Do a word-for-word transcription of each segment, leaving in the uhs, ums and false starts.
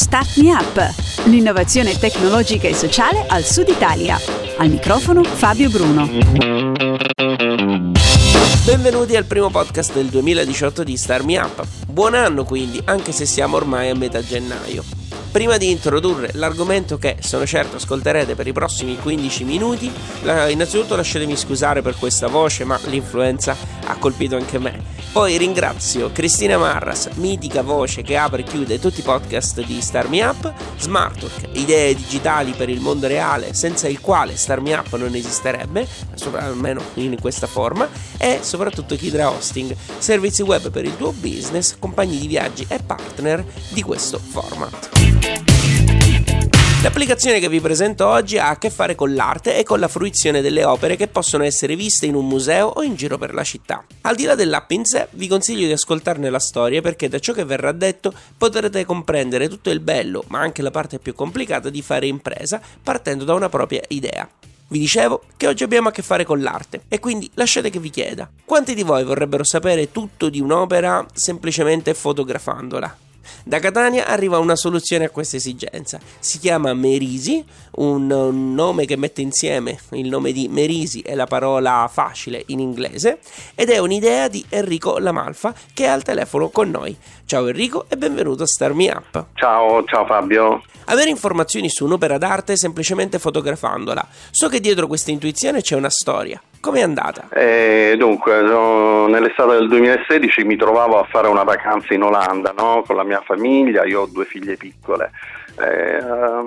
Start Me Up, l'innovazione tecnologica e sociale al Sud Italia. Al microfono Fabio Bruno. Benvenuti al primo podcast del duemiladiciotto di Start Me Up. Buon anno quindi, anche se siamo ormai a metà gennaio. Prima di introdurre l'argomento che sono certo ascolterete per i prossimi quindici minuti, la, innanzitutto lasciatemi scusare per questa voce, ma l'influenza ha colpito anche me. Poi ringrazio Cristina Marras, mitica voce che apre e chiude tutti i podcast di Start Me Up, Smartwork, idee digitali per il mondo reale senza il quale Start Me Up non esisterebbe, almeno in questa forma, e soprattutto Kidra Hosting, servizi web per il tuo business, compagni di viaggi e partner di questo format. L'applicazione che vi presento oggi ha a che fare con l'arte e con la fruizione delle opere che possono essere viste in un museo o in giro per la città. Al di là dell'app in sé, vi consiglio di ascoltarne la storia perché da ciò che verrà detto potrete comprendere tutto il bello, ma anche la parte più complicata di fare impresa partendo da una propria idea. Vi dicevo che oggi abbiamo a che fare con l'arte e quindi lasciate che vi chieda: quanti di voi vorrebbero sapere tutto di un'opera semplicemente fotografandola? Da Catania arriva una soluzione a questa esigenza. Si chiama Merisi, un, un nome che mette insieme il nome di Merisi e la parola facile in inglese, ed è un'idea di Enrico Lamalfa che è al telefono con noi. Ciao Enrico e benvenuto a Start Me Up. Ciao, ciao Fabio. Avere informazioni su un'opera d'arte semplicemente fotografandola. So che dietro questa intuizione c'è una storia. Com'è andata? Eh, dunque, no, nell'estate del duemilasedici mi trovavo a fare una vacanza in Olanda, no? Con la mia famiglia, io ho due figlie piccole. Eh,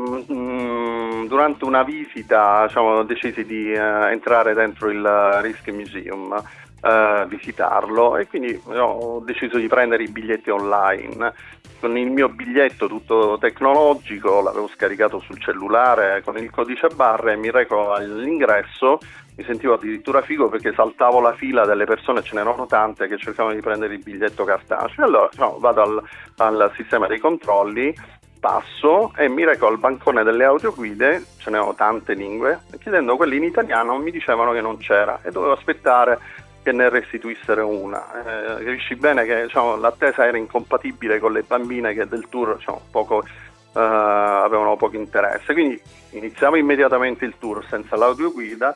um, durante una visita, diciamo, decisi di uh, entrare dentro il Rijksmuseum, uh, visitarlo, e quindi no, ho deciso di prendere i biglietti online. Con il mio biglietto tutto tecnologico, l'avevo scaricato sul cellulare con il codice a barre, mi reco all'ingresso. Mi sentivo addirittura figo perché saltavo la fila delle persone, ce n'erano tante che cercavano di prendere il biglietto cartaceo. Allora no, vado al, al sistema dei controlli, passo e mi reco al bancone delle audioguide, ce n'erano tante lingue, e chiedendo quelli in italiano mi dicevano che non c'era e dovevo aspettare che ne restituissero una. Eh, capisci bene che, diciamo, l'attesa era incompatibile con le bambine che del tour, diciamo, poco, eh, avevano poco interesse. Quindi iniziamo immediatamente il tour senza l'audioguida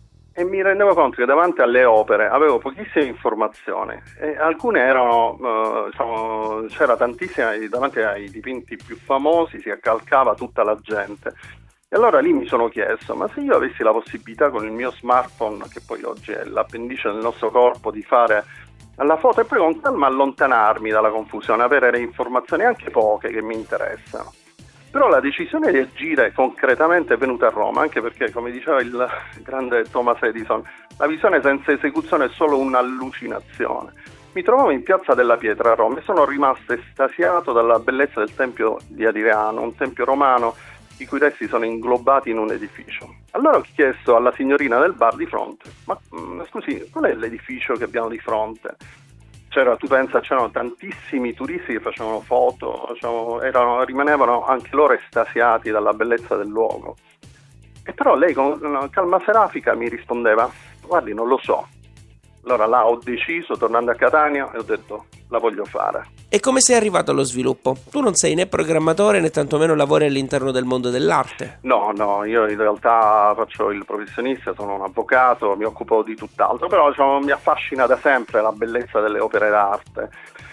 e mi rendevo conto che davanti alle opere avevo pochissime informazioni e alcune erano, eh, diciamo, c'era tantissima, davanti ai dipinti più famosi si accalcava tutta la gente. E allora lì mi sono chiesto, ma se io avessi la possibilità con il mio smartphone, che poi oggi è l'appendice del nostro corpo, di fare la foto e poi con calma allontanarmi dalla confusione, avere le informazioni anche poche che mi interessano. Però la decisione di agire concretamente è venuta a Roma, anche perché, come diceva il grande Thomas Edison, la visione senza esecuzione è solo un'allucinazione. Mi trovavo in Piazza della Pietra a Roma e sono rimasto estasiato dalla bellezza del Tempio di Adriano, un tempio romano i cui resti sono inglobati in un edificio. Allora ho chiesto alla signorina del bar di fronte, ma mh, scusi, qual è l'edificio che abbiamo di fronte? C'era, tu pensa, c'erano tantissimi turisti che facevano foto, diciamo, erano, rimanevano anche loro estasiati dalla bellezza del luogo. E però lei con una calma serafica mi rispondeva, guardi, non lo so. Allora là ho deciso, tornando a Catania, e ho detto, la voglio fare. E come sei arrivato allo sviluppo? Tu non sei né programmatore né tantomeno lavori all'interno del mondo dell'arte. No, no, io in realtà faccio il professionista, sono un avvocato, mi occupo di tutt'altro, però diciamo, mi affascina da sempre la bellezza delle opere d'arte.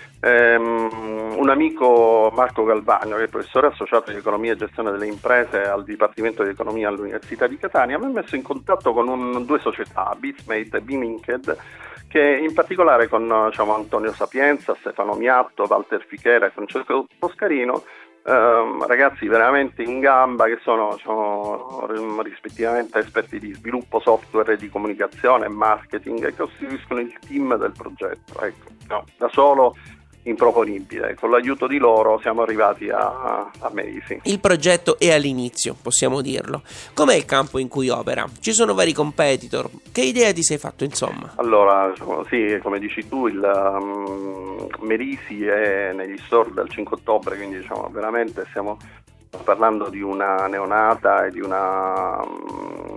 Um, un amico, Marco Galvagno, che è professore associato di economia e gestione delle imprese al Dipartimento di Economia all'Università di Catania, mi ha messo in contatto con un, due società, Beatsmate e Biminked, che in particolare con, diciamo, Antonio Sapienza, Stefano Miatto, Walter Fichera e Francesco Poscarino, ehm, ragazzi veramente in gamba che sono, diciamo, rispettivamente esperti di sviluppo software, di comunicazione e marketing, e costituiscono il team del progetto. Ecco, no, da solo improponibile, con l'aiuto di loro siamo arrivati a, a Merisi. Il progetto è all'inizio, possiamo dirlo. Com'è il campo in cui opera? Ci sono vari competitor, che idea ti sei fatto insomma? Allora, sì, come dici tu, il um, Merisi è negli store dal cinque ottobre, quindi diciamo veramente stiamo parlando di una neonata e di una um,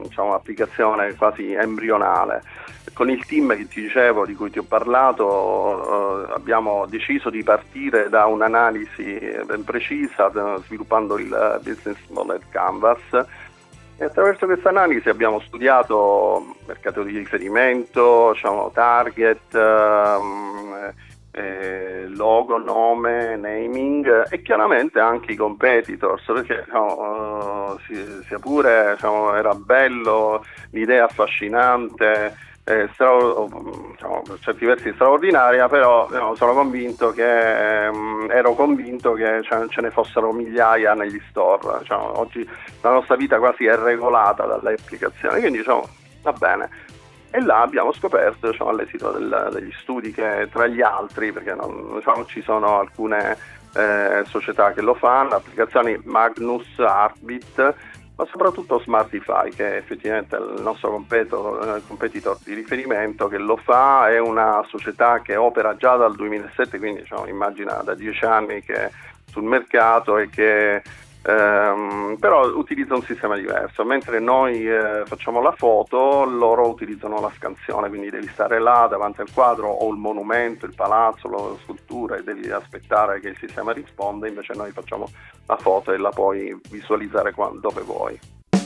diciamo, applicazione quasi embrionale. Con il team che ti dicevo, di cui ti ho parlato, eh, abbiamo deciso di partire da un'analisi ben precisa, sviluppando il business model Canvas, e attraverso questa analisi abbiamo studiato mercato di riferimento, diciamo, target, ehm, eh, logo, nome, naming e chiaramente anche i competitors, perché diciamo, uh, sia pure diciamo, era bello, l'idea affascinante, eh, stra- diciamo, per certi versi straordinaria, però no, sono convinto che ehm, ero convinto che ce, ce ne fossero migliaia negli store. Diciamo, oggi la nostra vita quasi è regolata dalle applicazioni, quindi diciamo va bene. E là abbiamo scoperto, diciamo, all'esito del, degli studi, che tra gli altri, perché non, diciamo, ci sono alcune eh, società che lo fanno, applicazioni Magnus, Heartbeat, ma soprattutto Smartify, che è effettivamente il nostro competitor, competitor di riferimento, che lo fa. È una società che opera già dal duemilasette, quindi diciamo, immagina da dieci anni che è sul mercato e che ehm, però utilizza un sistema diverso. Mentre noi eh, facciamo la foto, loro utilizzano la scansione, quindi devi stare là davanti al quadro o il monumento, il palazzo, la scultura, e devi aspettare che il sistema risponda. Invece noi facciamo la foto e la puoi visualizzare quando, dove vuoi.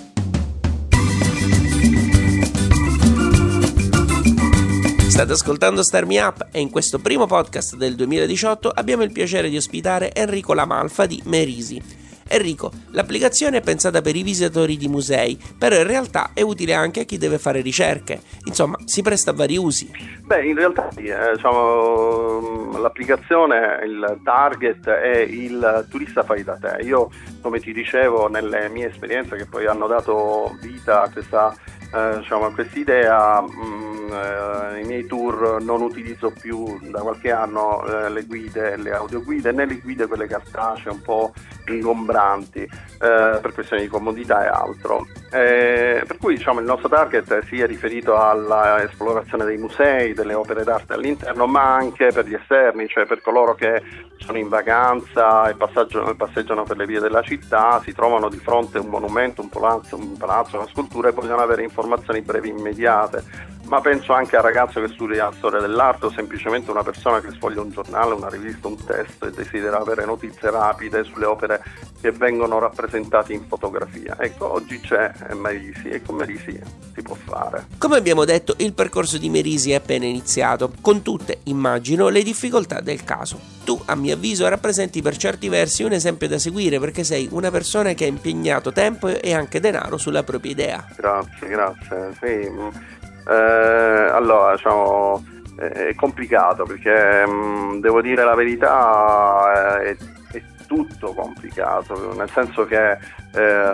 State ascoltando Start Me Up e in questo primo podcast del duemiladiciotto abbiamo il piacere di ospitare Enrico Lamalfa di Merisi. Enrico, l'applicazione è pensata per i visitatori di musei, però in realtà è utile anche a chi deve fare ricerche. Insomma, si presta a vari usi. Beh, in realtà sì, eh, diciamo, l'applicazione, il target è il turista fai da te. Io, come ti dicevo, nelle mie esperienze che poi hanno dato vita a questa eh, diciamo, a quest'idea, mh, eh, nei miei tour non utilizzo più da qualche anno eh, le guide, le audioguide, né le guide quelle cartacee un po' ingombranti eh, per questioni di comodità e altro. Eh, per cui diciamo il nostro target si è riferito all'esplorazione dei musei, delle opere d'arte all'interno, ma anche per gli esterni, cioè per coloro che sono in vacanza e passeggiano per le vie della città, si trovano di fronte a un monumento, un palazzo, un palazzo, una scultura, e vogliono avere informazioni brevi immediate. Ma penso anche al ragazzo che studia storia dell'arte, o semplicemente una persona che sfoglia un giornale, una rivista, un testo e desidera avere notizie rapide sulle opere che vengono rappresentate in fotografia. Ecco, oggi c'è Merisi e con Merisi si può fare. Come abbiamo detto, il percorso di Merisi è appena iniziato, con tutte, immagino, le difficoltà del caso. Tu, a mio avviso, rappresenti per certi versi un esempio da seguire, perché sei una persona che ha impegnato tempo e anche denaro sulla propria idea. Grazie, grazie. Sì. Eh, allora, diciamo, è complicato perché mh, devo dire la verità, è, è tutto complicato, nel senso che eh,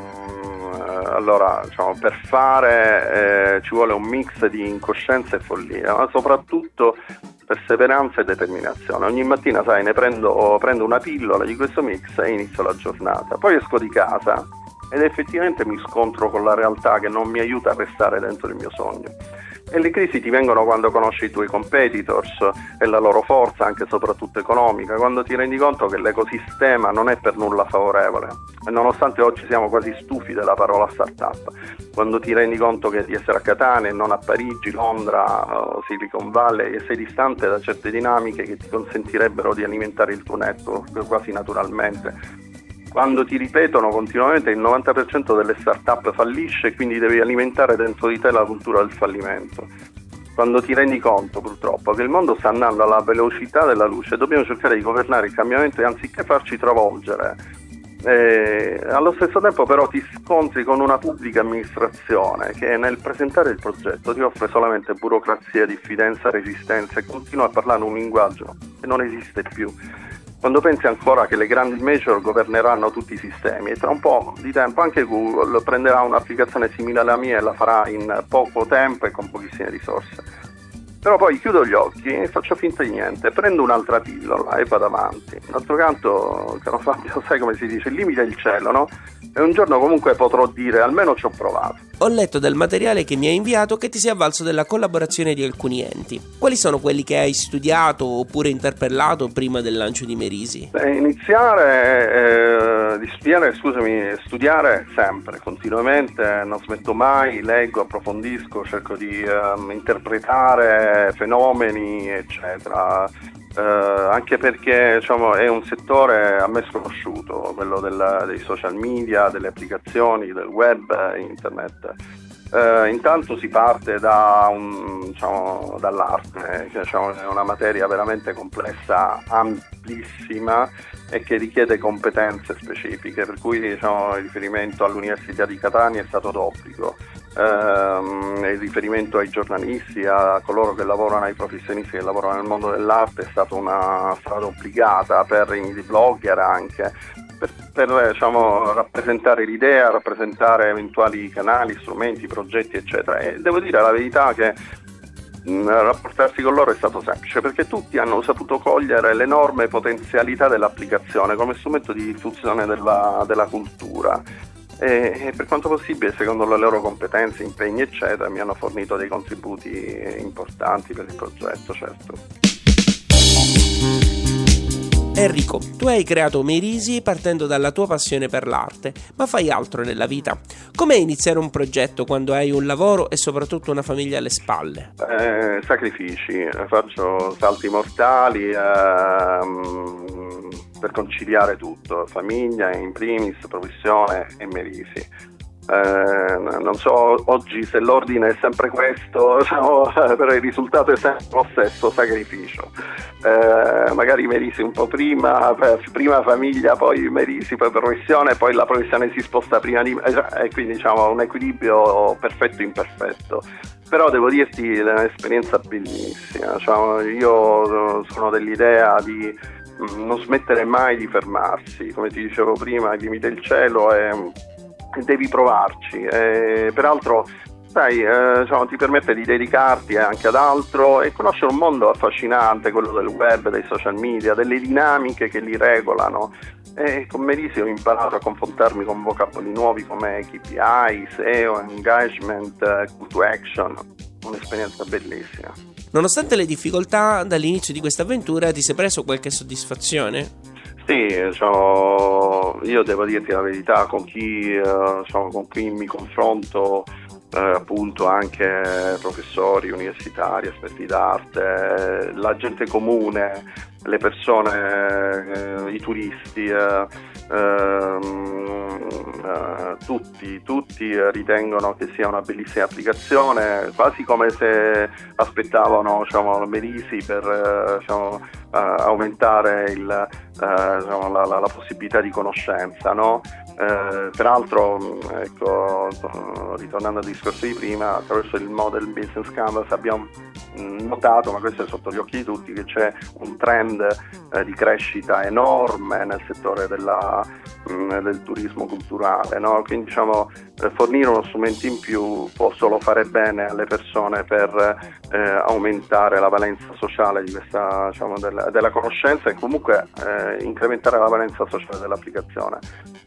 mh, allora, diciamo, per fare eh, ci vuole un mix di incoscienza e follia, ma soprattutto perseveranza e determinazione. Ogni mattina, sai, ne prendo, prendo una pillola di questo mix e inizio la giornata. Poi esco di casa ed effettivamente mi scontro con la realtà che non mi aiuta a restare dentro il mio sogno. E le crisi ti vengono quando conosci i tuoi competitors e la loro forza, anche e soprattutto economica, quando ti rendi conto che l'ecosistema non è per nulla favorevole. E nonostante oggi siamo quasi stufi della parola startup, quando ti rendi conto che di essere a Catania e non a Parigi, Londra o Silicon Valley, e sei distante da certe dinamiche che ti consentirebbero di alimentare il tuo network quasi naturalmente. Quando ti ripetono continuamente il novanta per cento delle start-up fallisce, quindi devi alimentare dentro di te la cultura del fallimento. Quando ti rendi conto, purtroppo, che il mondo sta andando alla velocità della luce, dobbiamo cercare di governare il cambiamento e anziché farci travolgere. E allo stesso tempo però ti scontri con una pubblica amministrazione che nel presentare il progetto ti offre solamente burocrazia, diffidenza, resistenza, e continua a parlare un linguaggio che non esiste più. Quando pensi ancora che le grandi major governeranno tutti i sistemi, e tra un po' di tempo anche Google prenderà un'applicazione simile alla mia e la farà in poco tempo e con pochissime risorse. Però poi chiudo gli occhi e faccio finta di niente, prendo un'altra pillola e vado avanti. D'altro canto, caro Fabio, sai come si dice, il limite è il cielo, no? E un giorno comunque potrò dire almeno ci ho provato. Ho letto dal materiale che mi hai inviato che ti sei avvalso della collaborazione di alcuni enti. Quali sono quelli che hai studiato oppure interpellato prima del lancio di Merisi? Beh, iniziare, eh, di studiare, scusami, studiare sempre, continuamente, non smetto mai, leggo, approfondisco, cerco di eh, interpretare fenomeni, eccetera. Eh, anche perché diciamo, è un settore a me sconosciuto, quello del, dei social media, delle applicazioni, del web, internet. Eh, intanto si parte da un, diciamo, dall'arte, che diciamo, è una materia veramente complessa, amplissima e che richiede competenze specifiche, per cui diciamo, il riferimento all'Università di Catania è stato d'obbligo. Uh, il riferimento ai giornalisti, a coloro che lavorano, ai professionisti che lavorano nel mondo dell'arte è stata una strada obbligata per i blogger anche, per, per diciamo, rappresentare l'idea, rappresentare eventuali canali, strumenti, progetti eccetera. E devo dire la verità che mh, rapportarsi con loro è stato semplice, perché tutti hanno saputo cogliere l'enorme potenzialità dell'applicazione come strumento di diffusione della, della cultura. E per quanto possibile, secondo le loro competenze, impegni eccetera, mi hanno fornito dei contributi importanti per il progetto, certo. Enrico, tu hai creato Merisi partendo dalla tua passione per l'arte, ma fai altro nella vita. Com'è iniziare un progetto quando hai un lavoro e soprattutto una famiglia alle spalle? Eh, sacrifici, faccio salti mortali ehm, per conciliare tutto, famiglia in primis, professione e Merisi. Eh, non so oggi se l'ordine è sempre questo, diciamo, però il risultato è sempre lo stesso, sacrificio. Eh, magari Merisi un po' prima, prima famiglia, poi Merisi, poi professione, poi la professione si sposta prima di e quindi diciamo un equilibrio perfetto imperfetto. Però devo dirti è un'esperienza bellissima, diciamo, io sono dell'idea di non smettere mai di fermarsi, come ti dicevo prima, il limite il cielo e devi provarci, e peraltro sai, eh, diciamo, ti permette di dedicarti anche ad altro e conoscere un mondo affascinante, quello del web, dei social media, delle dinamiche che li regolano. E con Merisi ho imparato a confrontarmi con vocaboli nuovi come K P I, S E O, engagement, call to action, un'esperienza bellissima. Nonostante le difficoltà, dall'inizio di questa avventura ti sei preso qualche soddisfazione? Sì, diciamo, io devo dirti la verità, con chi, eh, diciamo, con chi mi confronto, eh, appunto anche professori universitari, esperti d'arte, la gente comune, le persone, eh, i turisti, eh, ehm, eh, tutti, tutti ritengono che sia una bellissima applicazione, quasi come se aspettavano, diciamo, Merisi per eh, diciamo, eh, aumentare il, eh, diciamo, la, la, la possibilità di conoscenza, no? Eh, peraltro, ecco, ritornando al discorso di prima, attraverso il Model Business Canvas abbiamo notato, ma questo è sotto gli occhi di tutti, che c'è un trend eh, di crescita enorme nel settore della, mh, del turismo culturale, no? Quindi diciamo eh, fornire uno strumento in più può solo fare bene alle persone per eh, aumentare la valenza sociale di questa, diciamo, della, della conoscenza e comunque eh, incrementare la valenza sociale dell'applicazione.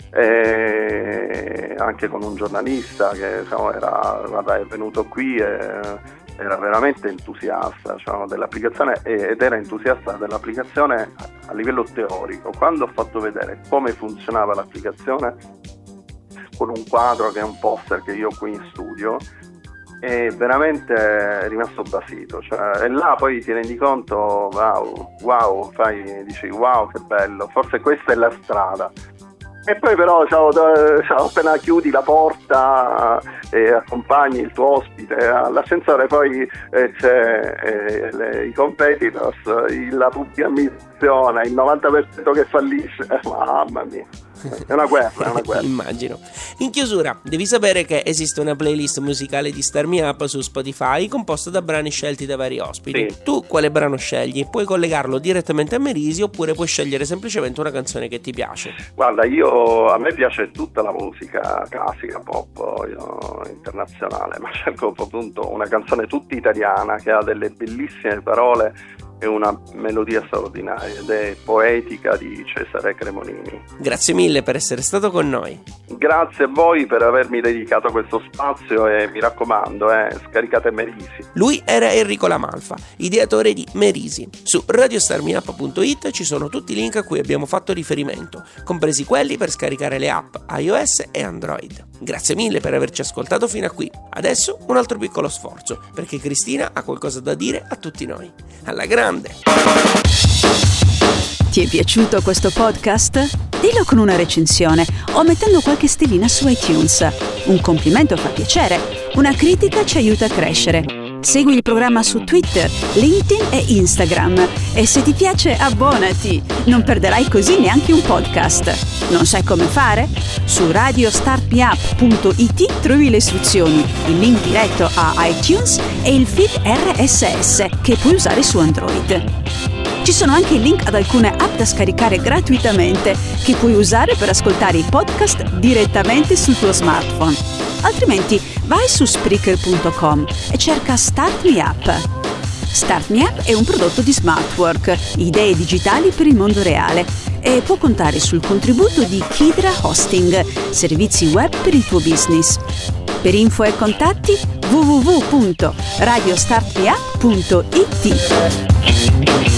E anche con un giornalista che diciamo, era, guarda, è venuto qui e era veramente entusiasta, diciamo, dell'applicazione ed era entusiasta dell'applicazione a livello teorico. Quando ho fatto vedere come funzionava l'applicazione con un quadro che è un poster che io ho qui in studio, è veramente rimasto basito, cioè, e là poi ti rendi conto, wow, wow, fai, dici wow che bello, forse questa è la strada. E poi però diciamo, diciamo, appena chiudi la porta e accompagni il tuo ospite all'ascensore, poi eh, c'è eh, le, i competitors, il, la pubblica amministrazione, il novanta per cento che fallisce, mamma mia. È una guerra, è una guerra. Immagino. In chiusura, devi sapere che esiste una playlist musicale di Star Me Up su Spotify composta da brani scelti da vari ospiti. Sì. Tu quale brano scegli? Puoi collegarlo direttamente a Merisi oppure puoi scegliere semplicemente una canzone che ti piace. Guarda, io a me piace tutta la musica classica, pop, io, internazionale, ma cerco appunto una canzone tutta italiana che ha delle bellissime parole è una melodia straordinaria ed è Poetica di Cesare Cremonini. Grazie mille per essere stato con noi. Grazie a voi per avermi dedicato questo spazio e mi raccomando, eh, scaricate Merisi. Lui era Enrico Lamalfa, ideatore di Merisi. Su radio star me up punto it ci sono tutti i link a cui abbiamo fatto riferimento, compresi quelli per scaricare le app iOS e Android. Grazie mille per averci ascoltato fino a qui. Adesso un altro piccolo sforzo, perché Cristina ha qualcosa da dire a tutti noi. Alla grande! Ti è piaciuto questo podcast? Dillo con una recensione o mettendo qualche stellina su iTunes. Un complimento fa piacere, una critica ci aiuta a crescere. Segui il programma su Twitter, LinkedIn e Instagram e se ti piace abbonati, non perderai così neanche un podcast. Non sai come fare? Su radio start me up punto it trovi le istruzioni, il link diretto a iTunes e il feed R S S che puoi usare su Android. Ci sono anche i link ad alcune app da scaricare gratuitamente che puoi usare per ascoltare i podcast direttamente sul tuo smartphone. Altrimenti vai su Spreaker punto com e cerca Start Me Up. Start Me Up è un prodotto di Smartwork, idee digitali per il mondo reale, e può contare sul contributo di Kidra Hosting, servizi web per il tuo business. Per info e contatti w w w punto radio start me up punto it.